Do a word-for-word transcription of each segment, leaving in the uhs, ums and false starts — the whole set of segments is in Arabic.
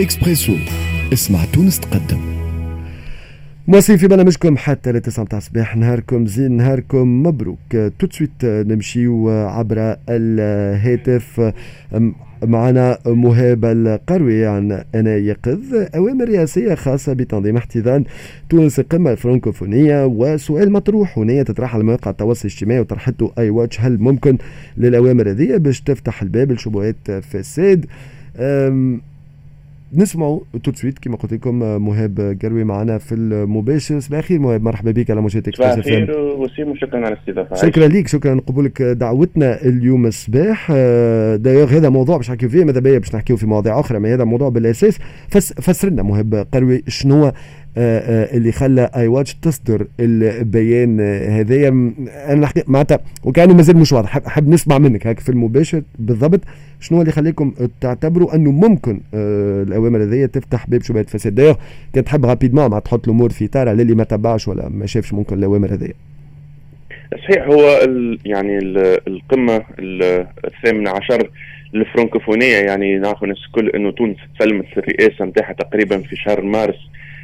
إكسبريسو. اسمع تونس تقدم. مواصلين في برنامجكم حتى لتسعة متاع الصباح. نهاركم زين، نهاركم مبروك. توتسويت نمشيو عبر الهاتف. معنا مهاب القروي عن أنا يقظ. أوامر رئاسية خاصة بتنظيم احتضان تونس القمة الفرنكوفونية، وسؤال مطروح هنا تطرح على مواقع التواصل الاجتماعي وطرحته أي واتش: هل ممكن للأوامر هذه باش تفتح الباب لشبهات فساد؟ نسمعوا توتسويت كما قلت لكم مهاب قروي معنا في المباشر. صباح الخير مهاب، مرحبا بك على موجات اكسبريس اف ام. صباح الخير وسيم، شكرا على الاستضافه. شكرا ليك، شكرا قبولك دعوتنا اليوم الصباح. دايوغ هذا موضوع باش نحكيو فيه، ماذا بيا باش نحكيو في مواضيع اخرى، ما هذا موضوع بالاساس. فس فسرنا مهاب قروي شنو اللي خلى اي واتش تصدر البيان هذايا. انا نحكي معناتها وكانه مازال مش واضح، حاب نسمع منك هيك في المباشر بالضبط شنو اللي خليكم تعتبروا انه ممكن الاوامر هذه تفتح باب شبهات فساد. دايوغ كنت تحب رابيدمون مع تحط الامور في اطار على اللي ما تبعش ولا ما شافش ممكن الاوامر هذه. صحيح، هو ال يعني ال القمه الثامنة عشر الفرنكوفونيه، يعني نعرف الناس الكل انه تونس سلمت الرئاسه نتاعها تقريبا في شهر مارس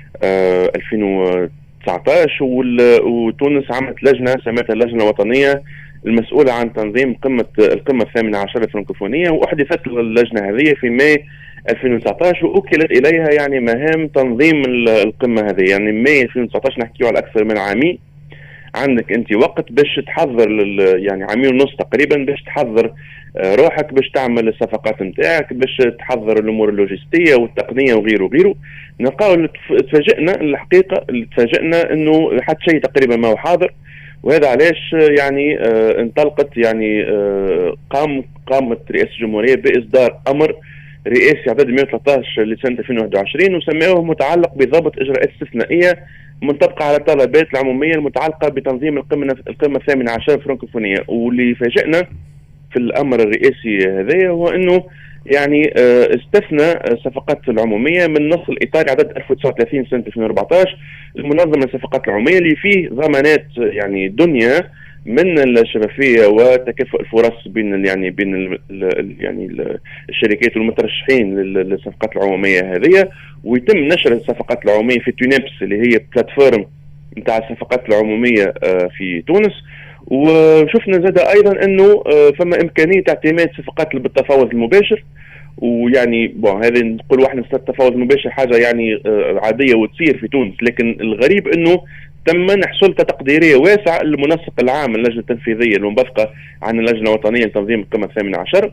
آه ألفين وتسعطاش، وتونس عملت لجنه سميتها اللجنه الوطنيه المسؤوله عن تنظيم قمه القمه الثامنه عشر الفرنكوفونيه، واحدثت اللجنه هذه في ماي ألفين وتسعطاش واكلت اليها يعني مهام تنظيم القمه هذه. يعني ماي ألفين وتسعطاش نحكيو على اكثر من عامين. عندك انت وقت باش تحضر يعني عامين ونص تقريبا باش تحضر روحك، باش تعمل الصفقات نتاعك، باش تحضر الامور اللوجستيه والتقنيه وغيره وغيره. نلقاو تفاجئنا الحقيقه تفاجئنا انه حتى شيء تقريبا ما هو حاضر، وهذا علاش يعني آه انطلقت يعني آه قام قامت رئاسه الجمهوريه باصدار امر رئاسي عدد مئة وثلاثة عشر لسنه ألفين وواحد وعشرين، وسموه متعلق بضبط اجراءات استثنائيه منطبقه على الطلبات العموميه المتعلقه بتنظيم القمه القمه الثامنه عشر الفرنكوفونيه. واللي فاجئنا في الامر الرئاسي هذا هو انه يعني استثنى الصفقات العموميه من نص الاطار عدد ألف وتسعة وثلاثين سنه ألفين وأربعطاش المنظم للصفقات العموميه، اللي فيه ضمانات يعني دنيا من الشفافيه وتكافؤ الفرص بين يعني بين ال ال يعني ال الشركات والمترشحين للصفقات العموميه هذه. ويتم نشر الصفقات العموميه في تونبس اللي هي بلاتفورم نتاع الصفقات العموميه في تونس. وشفنا زاد ايضا انه فما امكانيه اعتماد صفقات بالتفاوض المباشر، ويعني بون هذا نقول واحد التفاوض المباشر حاجه يعني عاديه وتصير في تونس، لكن الغريب انه تم منح سلطه تقديريه واسعه للمنسق العام اللجنه التنفيذيه المنبثقه عن اللجنه الوطنيه لتنظيم القمه الثامنه عشر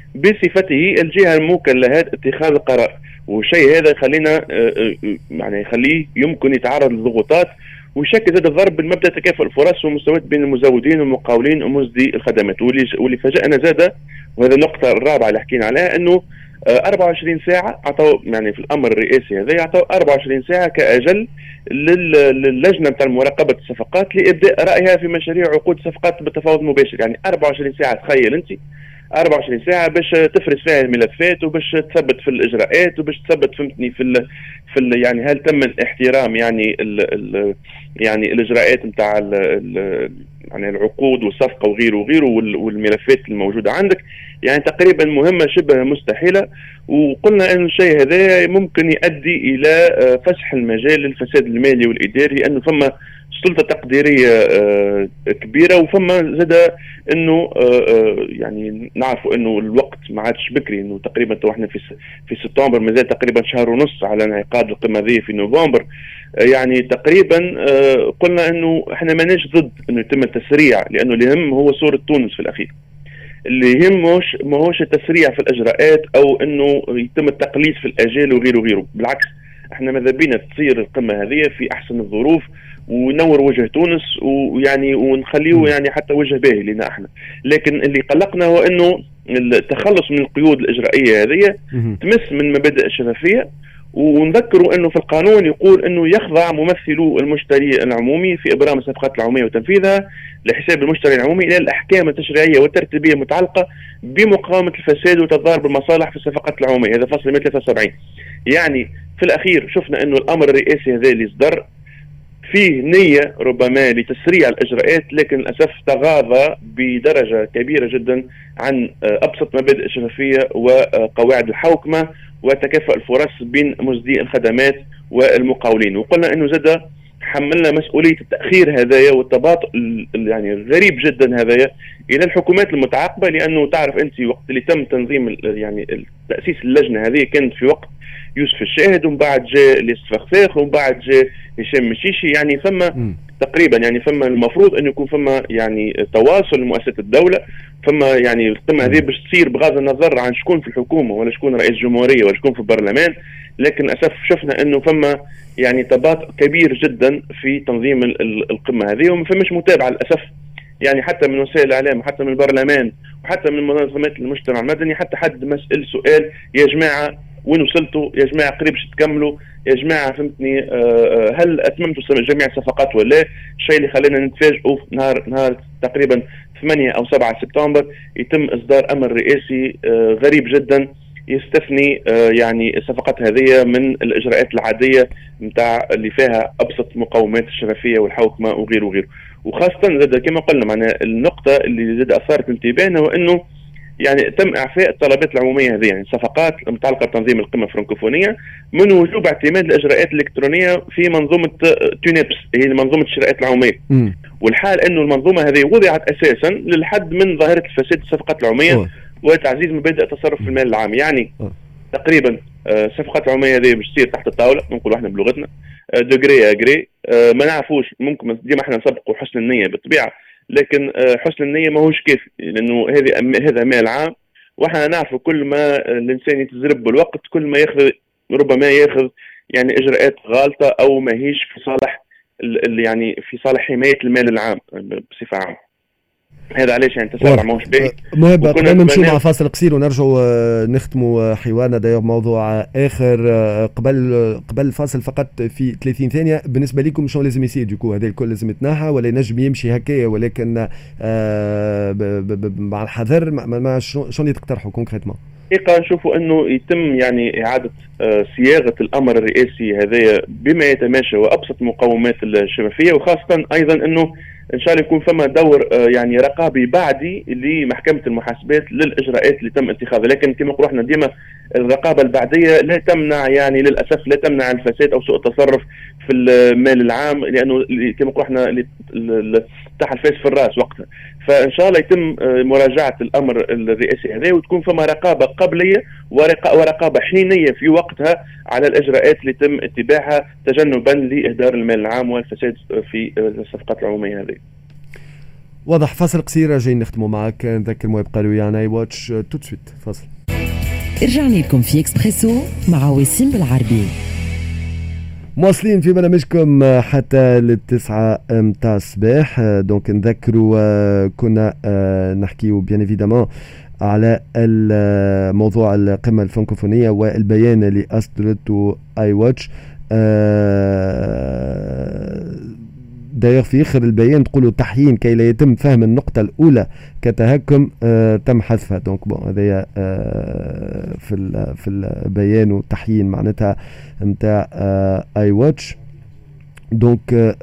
بصفته الجهه الموكله اتخاذ القرار. والشيء هذا يخلينا يعني يخليه يمكن يتعرض للضغوطات ويشكل زاد الضرب بالمبدا تكافؤ الفرص والمساواة بين المزودين والمقاولين ومزدي الخدمات. واللي واللي فاجأنا زاد، وهذا النقطه الرابعه اللي حكينا عليها، انه أربعة وعشرين ساعه عطوا يعني في الامر الرئاسي هذا يعطوا أربعة وعشرين ساعه كاجل للجنه نتاع مراقبه الصفقات لابداء رايها في مشاريع عقود صفقات بالتفاوض المباشر. يعني أربعة وعشرين ساعه، تخيل انت أربعة وعشرين ساعه باش تفرز فيها الملفات وباش تثبت في الاجراءات وباش تثبت فهمتني في ال في ال يعني هل تم الاحترام يعني ال ال يعني الاجراءات نتاع يعني العقود والصفقه وغيره وغيره والملفات الموجوده عندك. يعني تقريبا مهمه شبه مستحيله. وقلنا ان الشيء هذا ممكن يؤدي الى فسح المجال للفساد المالي والاداري، لانه فما سلطه تقديريه كبيره وفما زاد انه يعني نعرفوا انه الوقت ما عادش بكري، انه تقريبا توحنا في في سبتمبر، مازال تقريبا شهر ونص على انعقاد القمه هذه في نوفمبر. يعني تقريبا قلنا انه احنا ماناش ضد انه يتم التسريع، لانه اللي يهم هو صوره تونس في الاخير. اللي يهمش ما هوش التسريع في الاجراءات او انه يتم التقليص في الاجال وغيره وغيره. بالعكس احنا ماذا بينا تصير القمه هذه في احسن الظروف ونور وجه تونس ويعني ونخليه يعني حتى وجه باهي لنا احنا. لكن اللي قلقنا هو انه التخلص من القيود الاجرائيه هذه تمس من مبادئ الشفافيه. ونذكروا انه في القانون يقول انه يخضع ممثلو المشتري العمومي في ابرام الصفقات العموميه وتنفيذها لحساب المشتري العمومي الى الاحكام التشريعيه والترتيبيه المتعلقه بمقاومه الفساد وتضارب المصالح في الصفقات العموميه. هذا فصل مئة وثلاثة وسبعين. يعني في الاخير شفنا انه الامر الرئاسي هذا اللي صدر فيه نية ربما لتسريع الإجراءات، لكن للأسف تغاضى بدرجة كبيرة جدا عن أبسط مبادئ الشفافية وقواعد الحوكمة وتكافؤ الفرص بين مزدي الخدمات والمقاولين. وقلنا انه زاد حملنا مسؤوليه التاخير هذايا والتباطؤ يعني غريب جدا هذايا الى الحكومات المتعاقبه، لانه تعرف انت وقت اللي تم تنظيم يعني تاسيس اللجنه هذه كانت في وقت يوسف الشاهد، ومن بعد جاء الاستفخاخ، ومن بعد جاء هشام مشيشي، يعني فما تقريبا يعني فما المفروض انه يكون فما يعني تواصل لمؤسسات الدوله، فما يعني القمه هذه باش تصير بغض النظر عن شكون في الحكومه ولا شكون رئيس جمهوريه ولا شكون في البرلمان، لكن للاسف شفنا انه فما يعني تباطؤ كبير جدا في تنظيم القمه هذه، وما فماش متابعه للاسف يعني حتى من وسائل الاعلام وحتى من البرلمان وحتى من منظمات المجتمع المدني، حتى حد مسأل سؤال يا جماعه وين وصلتوا، يا جماعه قريب باش تكملوا، يا جماعه فهمتني آه هل اتممتوا جميع الصفقات ولا؟ الشيء اللي خلينا نتفاجئوا نهار نهار تقريبا ثمانية او سبعة سبتمبر يتم اصدار امر رئاسي آه غريب جدا يستثني آه يعني الصفقات هذه من الاجراءات العاديه نتاع اللي فيها ابسط مقومات الشفافيه والحوكمه وغيره وغيره. وخاصه زاد كما قلنا معنا النقطه اللي زاد اثارت انتباهنا هو يعني تم اعفاء الطلبات العموميه هذه، يعني الصفقات المتعلقه بتنظيم القمه الفرنكوفونيه من وجوب اعتماد الاجراءات الالكترونيه في منظومه تونيبس، هي منظومه الشراءات العموميه. م. والحال انه المنظومه هذه وضعت اساسا للحد من ظاهره الفساد الصفقات العموميه أوه. وتعزيز مبادئ التصرف في المال العام. يعني أوه. تقريبا الصفقات العموميه هذه باش تصير تحت الطاوله، نقولوا احنا بلغتنا دوغري اجري، ما نعرفوش، ممكن ديما احنا نسبقوا حسن النيه بالطبيعه، لكن حسن النية ما هوش كافي، لأنه هذه هذا مال عام، وإحنا نعرف كل ما الإنسان يتزرب بالوقت كل ما ياخذ ربما ياخذ يعني إجراءات غالطة أو ما هيش في صالح يعني في صالح حماية المال العام بصفة عامة. هذا علاش يعني تسارع ماهوش باهي. مهم قبل نمشيو مع فاصل قصير ونرجعوا نختموا حوارنا دايوغ موضوع اخر قبل قبل الفاصل فقط في ثلاثين ثانيه. بالنسبه لكم شنو لازم يصير ديكو؟ هذا الكل لازم يتناحى ولا ينجم يمشي هكايا ولكن مع الحذر؟ ما شنو اللي تقترحوا كونكريتمون؟ حقيقة نشوفوا أنه يتم يعني إعادة صياغة الأمر الرئاسي هذا بما يتماشى وأبسط مقومات الشفافية، وخاصة أيضا أنه إن شاء الله يكون فما دور يعني رقابي بعدي لمحكمة المحاسبات للإجراءات اللي تم اتخاذها. لكن كما قلنا احنا ديما الرقابة البعدية لا تمنع يعني للأسف لا تمنع الفساد أو سوء التصرف في المال العام، لأنه كما قلنا احنا تحت الفاس في الرأس وقتها. فإن شاء الله يتم مراجعة الأمر الرئاسي هذا وتكون فما رقابة قبلية ورقابة حينية في وقتها على الإجراءات اللي تم اتباعها تجنبا لإهدار المال العام والفساد في الصفقات العمومية هذه. واضح. فاصل قصير جاي نختموا معك. نذكر مواب قالوا يعني اي واتش تو سويت. فاصل. رجعنا لكم في اكسبريسو مع وسيم بالعربي. مواصلين في برنامجكم حتى للتسعة متاع الصباح. دونك نذكروا كنا نحكيو بيان ايفيدامون على الموضوع القمة الفرنكوفونية والبيان اللي أصدرته اي واتش. داير في اخر البيان تقولوا تحيين كي لا يتم فهم النقطة الأولى كتهكم آه تم حذفها. دونك بون هذايا آه في في البيان وتحيين معناتها نتاع آه اي واتش. دونك آه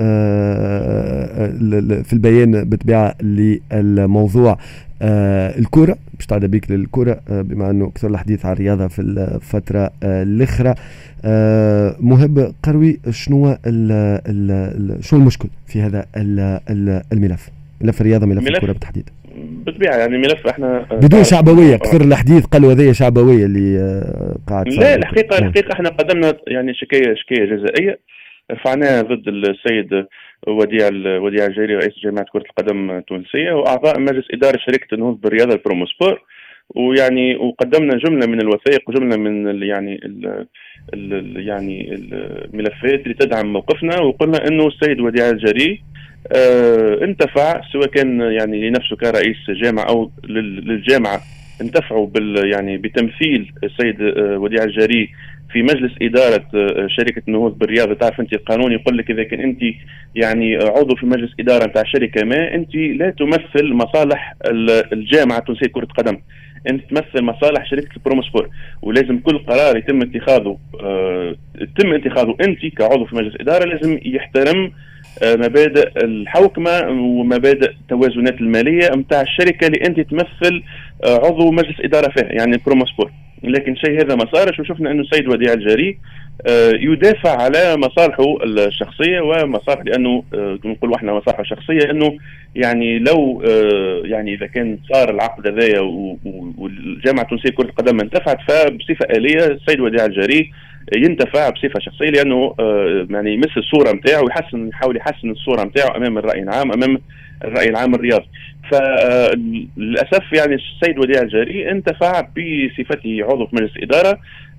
في البيان بطبيعة للموضوع آه الكرة باش تعود بيك للكرة آه بما انه كثر الحديث عن الرياضة في الفترة آه الاخرى. آه مهب قروي شنو ال ال شنو المشكل في هذا ال ال الملف ملف الرياضة ملف, ملف الكرة بالتحديد؟ بالطبيعة يعني ملف احنا بدون شعبوية. كثر الحديث قالوا هذه شعبوية اللي آه قاعد. لا الحقيقة الحقيقة احنا قدمنا يعني شكاية شكاية جزائية رفعناها ضد السيد وديع وديع الجيري رئيس جامعة كرة القدم التونسية وأعضاء مجلس إدارة شركة النهوض بالرياضة البروموسبور، ويعني وقدمنا جملة من الوثائق وجملة من ال يعني ال ال يعني الملفات اللي تدعم موقفنا، وقلنا إنه السيد وديع الجيري اه انتفع سواء كان يعني لنفسه كرئيس جامعة أو للجامعة انتفعوا بال يعني بتمثيل السيد وديع الجيري في مجلس إدارة شركة النهوض بالرياضة. تعرف أنت القانون يقول لك إذا كان أنت يعني عضو في مجلس إدارة نتاع شركة ما أنت لا تمثل مصالح الجامعة التونسية كرة قدم، أنت تمثل مصالح شركة البروموسبور، ولازم كل قرار يتم اتخاذه آه يتم اتخاذه أنت كعضو في مجلس إدارة لازم يحترم آه مبادئ الحوكمة ومبادئ التوازنات المالية نتاع الشركة اللي أنت تمثل آه عضو مجلس إدارة فيها يعني البروموسبور. لكن شيء هذا ما صارش، وشفنا انه السيد وديع الجاري يدافع على مصالحه الشخصيه ومصالح، لانه نقول احنا مصالحه الشخصيه انه يعني لو يعني اذا كان صار العقد هذايا والجامعه التونسيه لكره القدم انتفعت، فبصفه اليه السيد وديع الجاري ينتفع بصفه شخصيه، لانه يعني يمس الصوره نتاعو ويحسن يحاول يحسن الصوره نتاعو امام الراي العام، امام الراي العام الرياضي. فللاسف يعني السيد وديع الجاري انتفع بصفته عضو في مجلس اداره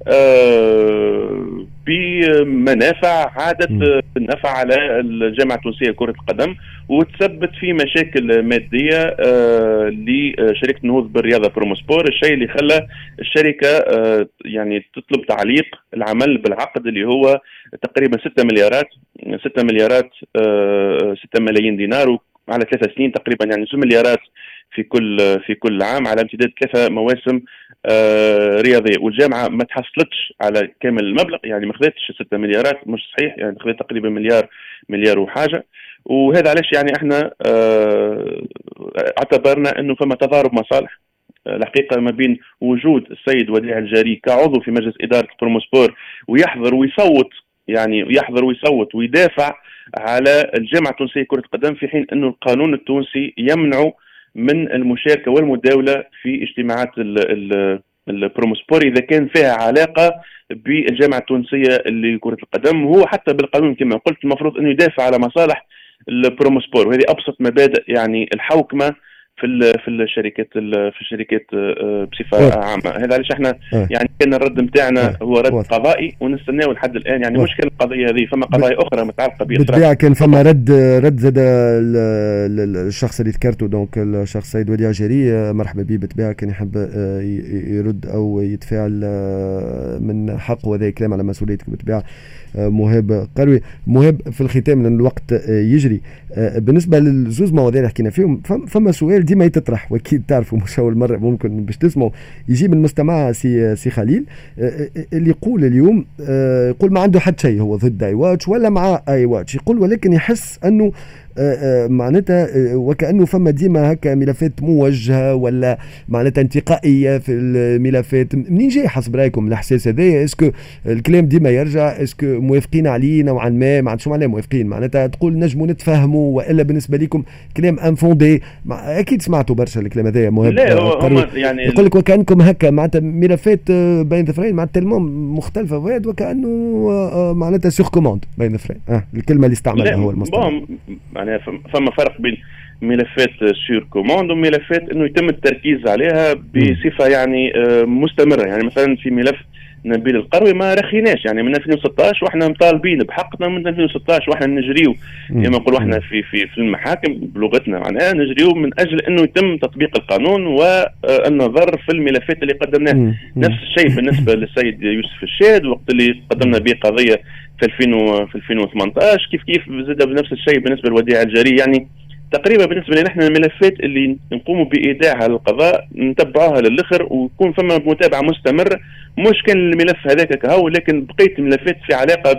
بمنافع عادت بالنفع على الجامعه التونسيه لكره القدم، وتثبت في مشاكل ماديه لشركه النهوض بالرياضه بروموسبور، الشيء اللي خلى الشركه يعني تطلب تعليق العمل بالعقد اللي هو تقريبا ستة مليارات ستة مليارات ستة ملايين دينار على ثلاث سنين تقريبا، يعني ستة مليارات في كل في كل عام على امتداد ثلاثة مواسم آه رياضيه، والجامعه ما تحصلتش على كامل المبلغ، يعني ما خذتش ستة مليارات، مش صحيح، يعني خذت تقريبا مليار مليار وحاجه. وهذا علاش يعني احنا آه اعتبرنا انه فما تضارب مصالح آه الحقيقه ما بين وجود السيد وديع الجاري كعضو في مجلس اداره بروموسبور ويحضر ويصوت، يعني يحضر ويصوت ويدافع على الجامعه التونسيه لكره القدم، في حين انه القانون التونسي يمنعه من المشاركه والمداوله في اجتماعات البروموسبور اذا كان فيها علاقه بالجامعه التونسيه لكره القدم. وهو حتى بالقانون كما قلت المفروض انه يدافع على مصالح البروموسبور، وهذه ابسط مبادئ يعني الحوكمه في في الشركات في الشركات بصفه عامه. هذا علاش احنا يعني كان الرد نتاعنا هو رد قضائي ونستناه لحد الان، يعني مش كان القضيه هذه، فما قضايا اخرى متعلقه بها بالطبيعه. كان فما رد رد زاد الشخص اللي ذكرته، دونك الشخص سيد وديع الجاري مرحبا به بالطبيعه، كان يحب يرد او يتفاعل من حقه، هذا كلام على مسؤوليتك بالطبيعه. مهاب قروي، مهاب في الختام لان الوقت يجري، بالنسبه للزوز مواضيع اللي حكينا فيهم فما سؤال ديما يتطرح، واكيد تعرفوا مش اول مره ممكن باش تسمعوا، يجي من المستمع سي سي خليل اللي يقول اليوم يقول ما عنده حد شيء هو ضد اي واتش ولا مع اي واتش، يقول ولكن يحس انه معناتها وكأنه فما ديما هكا ملفات موجهة ولا معناتها انتقائية في الملفات. منين جاي حسب رأيكم الإحساس هذا؟ اسكو الكلام ديما يرجع، اسكو موافقين عليه نوعا ما، ما عندش معناه موافقين، معناتها تقول نجموا نتفاهموا، وإلا بالنسبة لكم كلام انفوندي؟ أكيد سمعتوا برشا الكلام هذا مهم. يعني يقول لك وكأنكم هكا معناتها ملفات بين ذفرين معناتها تلمون مختلفة وهاد وكأنه معناتها سيغ كوموند بين ذفرين. آه الكلمة اللي استعملها هو المصطلح. يعني فما فرق بين ملفات سير كوموند وملفات انه يتم التركيز عليها بصفه يعني مستمره. يعني مثلا في ملف نبيل القروي ما رخيناش، يعني من ألفين وستة عشر واحنا مطالبين بحقنا، من ألفين وستة عشر واحنا نجريو كما نقولوا احنا في في في المحاكم بلغتنا، معناها نجريو من اجل انه يتم تطبيق القانون والنظر في الملفات اللي قدمناها. نفس الشيء بالنسبه للسيد يوسف الشاد وقت اللي قدمنا به قضيه في ألفين في ألفين وثمانية عشر، كيف كيف زاد بنفس الشيء بالنسبه لوديع الجاري. يعني تقريبا بالنسبه لنا احنا الملفات اللي نقوموا بايداعها للقضاء نتبعوها للاخر ويكون فما متابعه مستمره، مش كان الملف هذاك كهو، لكن بقيه الملفات في علاقه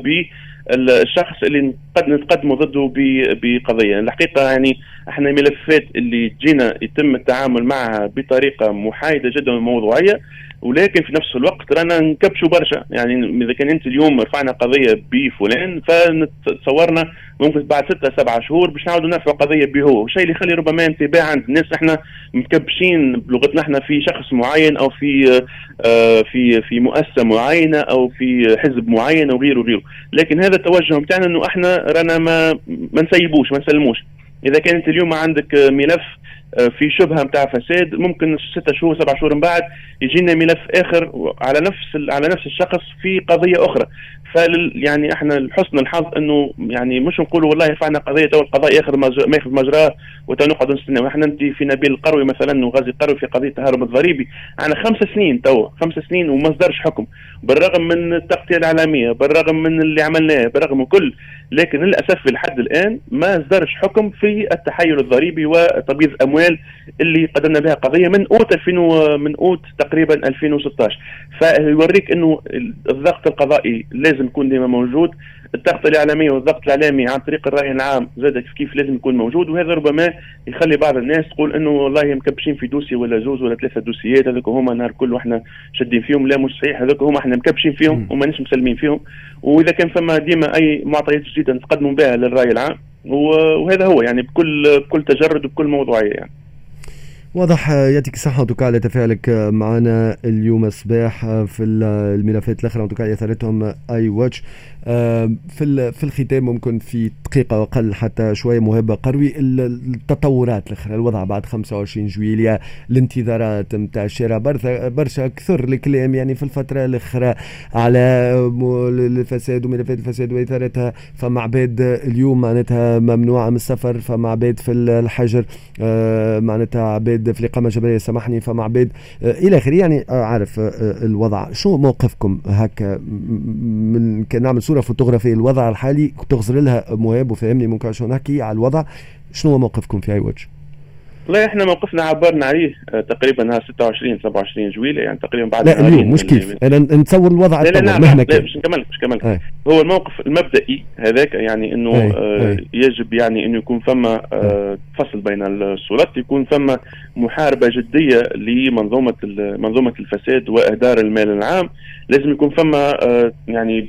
بالشخص اللي قد نتقدموا ضده بقضيه. الحقيقه يعني احنا الملفات اللي جينا يتم التعامل معها بطريقه محايده جدا وموضوعيه، ولكن في نفس الوقت رانا نكبشوا برشا. يعني اذا كان انت اليوم رفعنا قضيه بفلان فتصورنا ممكن بعد ستة سبعة شهور باش نعاودوا نرفعوا قضيه به هو، والشيء اللي يخلي ربما انتباه عند الناس احنا مكبشين بلغتنا احنا في شخص معين او في آه في في مؤسسه معينه او في حزب معين او غيره غيره. لكن هذا التوجه بتاعنا انه احنا رانا ما ما نسيبوش ما نسلموش. اذا كانت اليوم عندك ملف في شبهه نتاع فساد، ممكن ستة شهور سبع شهور من بعد يجينا ملف اخر على نفس على نفس الشخص في قضيه اخرى. فل يعني احنا لحسن الحظ انه يعني مش نقولوا والله رفعنا قضيه تو القضاء ياخذ ما ياخذ مجراه وتنقعد نستناو. احنا انت في نبيل القروي مثلا وغازي القروي في قضيه التهرب الضريبي عندنا خمس سنين تو خمس سنين وما صدرش حكم، بالرغم من التغطيه الاعلاميه، بالرغم من اللي عملناه، بالرغم من كل، لكن للاسف لحد الان ما صدرش حكم في التحايل الضريبي وتبييض اموال المال اللي قدمنا بها قضيه من اوت ألفين من اوت تقريبا ألفين وستة عشر. فيوريك انه الضغط القضائي لازم يكون ديما موجود، الضغط الاعلامي والضغط الاعلامي عن طريق الراي العام زاد كيف كيف لازم يكون موجود. وهذا ربما يخلي بعض الناس تقول انه والله مكبشين في دوسي ولا زوز ولا ثلاثه دوسيات هذوك هما نهار كل واحنا شادين فيهم. لا، مش صحيح، هذوك هما احنا مكبشين فيهم ومانيش مسلمين فيهم. واذا كان فما ديما اي معطيات جديده نتقدموا بها للراي العام، وهذا هو يعني بكل بكل تجرد وبكل موضوعيه يعني. واضح. يعطيك الصحة وتوكا على تفاعلك معنا اليوم الصباح في الملفات الأخرى وتوكا أثارتهم أي واتش. في في الختام ممكن في دقيقة وقل حتى شوية مهبة قروي التطورات الأخرى، الوضع بعد خمسة وعشرين جويلية، الانتظارات نتاع الشراء، برشا كثر الكلام يعني في الفترة الأخرى على الفساد وملفات الفساد وإثارتها. فما عباد اليوم معناتها ممنوعة من السفر، فما عباد في الحجر، معناتها عباد في الإقامة الجبرية سامحني، فما عباد إلى آخره. يعني عارف الوضع. شو موقفكم هكا من كان نعمل صورة فوتوغرافية الوضع الحالي تغزر لها مهاب وفهمني ممكن شو نحكي على الوضع؟ شنو هو موقفكم في أي وجه؟ لا، احنا موقفنا عبرنا عليه تقريبا ها ستة وعشرين سبعة وعشرين جويلة يعني تقريبا بعد. لا اليوم مش كيف انا نتصور الوضع. لا لا لا, لا, لا مش نكمل مش كمل آه. هو الموقف المبدئي هذاك يعني انه آه. آه يجب يعني انه يكون فما آه فصل بين السلطات، يكون فما محاربة جدية لمنظومة منظومة الفساد واهدار المال العام. لازم يكون فما آه يعني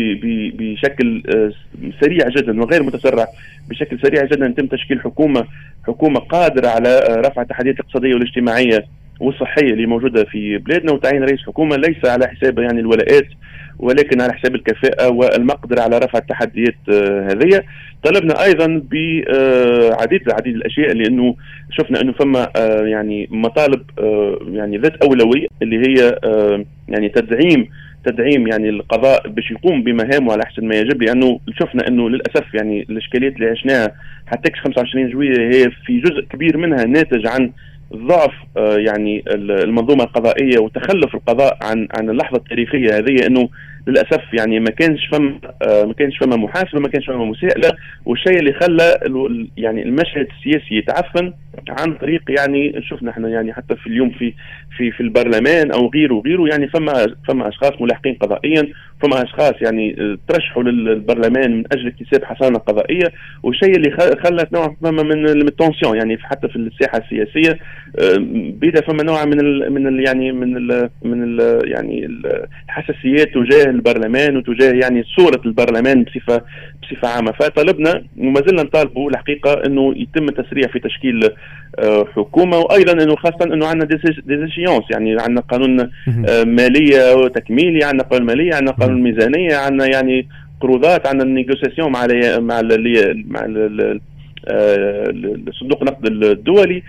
بشكل آه سريع جدا وغير متسرع، بشكل سريع جدا يتم تشكيل حكومة حكومة قادرة على رفع التحديات الاقتصادية والاجتماعية والصحية اللي موجودة في بلادنا، وتعيين رئيس حكومة ليس على حساب يعني الولاءات ولكن على حساب الكفاءة والمقدرة على رفع التحديات هذه. طلبنا أيضا بعديد العديد الأشياء لأنه شفنا أنه فما يعني مطالب يعني ذات أولوية اللي هي يعني تدعيم تدعيم يعني القضاء باش يقوم بمهامه على احسن ما يجب، لانه شفنا انه للاسف يعني الاشكاليات اللي عشناها حتى خمسة وعشرين جويلية هي في جزء كبير منها ناتج عن ضعف آه يعني المنظومه القضائيه وتخلف القضاء عن عن اللحظه التاريخيه هذه، انه للاسف يعني ما كانش فما آه ما كانش فما محاسبه، ما كانش فما مساءله، والشيء اللي خلى يعني المشهد السياسي يتعفن عن طريق يعني شفنا احنا يعني حتى في اليوم في في في البرلمان او غيره وغيره يعني فما فما اشخاص ملاحقين قضائيا، فما اشخاص يعني ترشحوا للبرلمان من اجل اكتساب حصانه قضائيه، والشيء اللي خلت نوع فما من التونسيون يعني حتى في الساحه السياسيه بدا فما نوع من ال من ال يعني من ال من ال يعني الحساسيات تجاه البرلمان وتجاه يعني صوره البرلمان بصفه بصفه عامه. فطلبنا وما زلنا نطالبوا الحقيقه انه يتم التسريع في تشكيل حكومه، وايضا انه خاصه انه عندنا ديزيشيونس يعني عندنا قانون ماليه وتكميلي، عندنا قانون ماليه، عندنا قانون ميزانيه، عندنا يعني قروضات، عندنا النيغوسياسيون مع ال مع ال مع ال الصندوق النقد الدولي.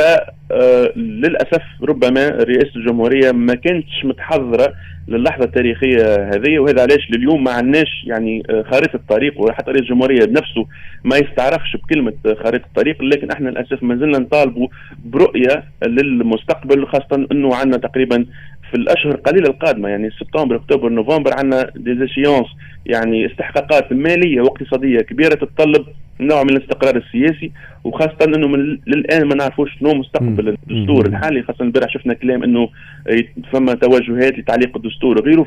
فللأسف ربما رئاسة الجمهورية ما كانتش متحضرة للحظة التاريخية هذه، وهذا علاش لليوم ما عندناش يعني خارطة طريق، وحتى رئيس الجمهورية بنفسه ما يستعرفش بكلمة خارطة طريق. لكن احنا للأسف ما زلنا نطالبوا برؤية للمستقبل، خاصة انه عندنا تقريبا في الاشهر القليله القادمه يعني سبتمبر اكتوبر نوفمبر عندنا ديزيشيونس يعني استحقاقات ماليه واقتصاديه كبيره تتطلب نوع من الاستقرار السياسي، وخاصه انه من للان ما نعرفوش شنو مستقبل الدستور الحالي. خاصه امبارح شفنا كلام انه فما توجهات لتعليق الدستور وغيره.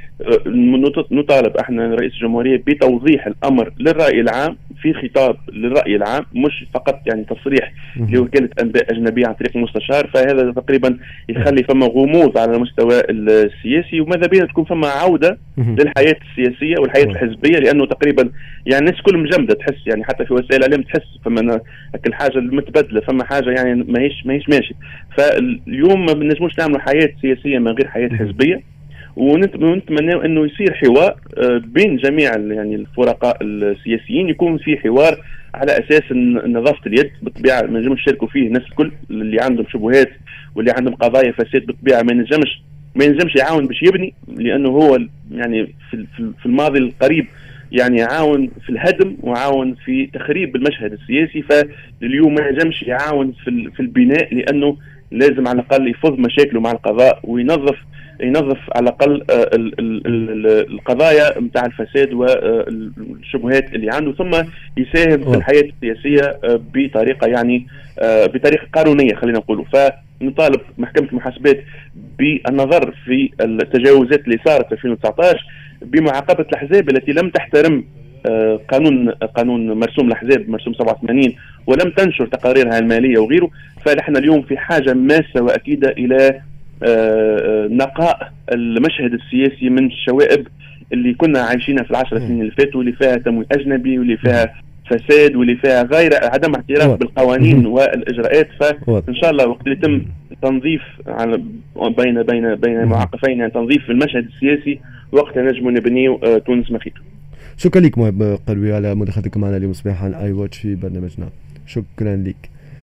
فنطالب احنا رئيس الجمهوريه بتوضيح الامر للراي العام في خطاب للراي العام، مش فقط يعني تصريح لوكاله انباء اجنبيه عن طريق مستشار. فهذا تقريبا يخلي فما غموض على المستوى السياسي، وماذا بينا تكون فما عوده للحياه السياسيه والحياه الحزبيه، لانه تقريبا يعني الناس كل مجمده تحس يعني حتى في وسائل الاعلام تحس فما الحاجه المتبدله، فما حاجه يعني ماهيش ماهيش ماشي. فاليوم ما بنجموش نعملوا حياه سياسيه من غير حياه حزبيه، ونتمنى انه يصير حوار بين جميع يعني الفرقاء السياسيين، يكون في حوار على اساس نظافه اليد بالطبيعه. ما نجمش نشاركوا فيه الناس الكل اللي عندهم شبهات واللي عندهم قضايا فساد بالطبيعه ما ينجمش ما ينجمش يعاون باش يبني، لانه هو يعني في في الماضي القريب يعني عاون في الهدم وعاون في تخريب المشهد السياسي. فاليوم ما ينجمش يعاون في في البناء، لانه لازم على الاقل يفض مشاكله مع القضاء وينظف ينظف على الاقل القضايا نتاع الفساد والشبهات اللي عنده، ثم يساهم في الحياه السياسيه بطريقه يعني بطريقه قانونيه خلينا نقولوا. فنطالب محكمه المحاسبات بالنظر في التجاوزات اللي صارت في ألفين وتسعطاش، بمعاقبه الاحزاب التي لم تحترم قانون قانون مرسوم الاحزاب مرسوم سبعة وثمانين ولم تنشر تقاريرها الماليه وغيره. فنحن اليوم في حاجه ماسه واكيده الى نقاء المشهد السياسي من الشوائب اللي كنا عايشينها في العشر سنين اللي فاتوا، واللي فيها تمويل اجنبي، واللي فيها فساد، واللي فيها غير عدم اعتراف بالقوانين والاجراءات. فان شاء الله وقت اللي يتم تنظيف على بين بين بين معاقفين، يعني تنظيف المشهد السياسي، وقتها نجم نبنيو تونس مخيط. شكرا لك مهب قروي على مداخلتك معنا اليوم صباحا اي واتش في برنامجنا. شكرا لك.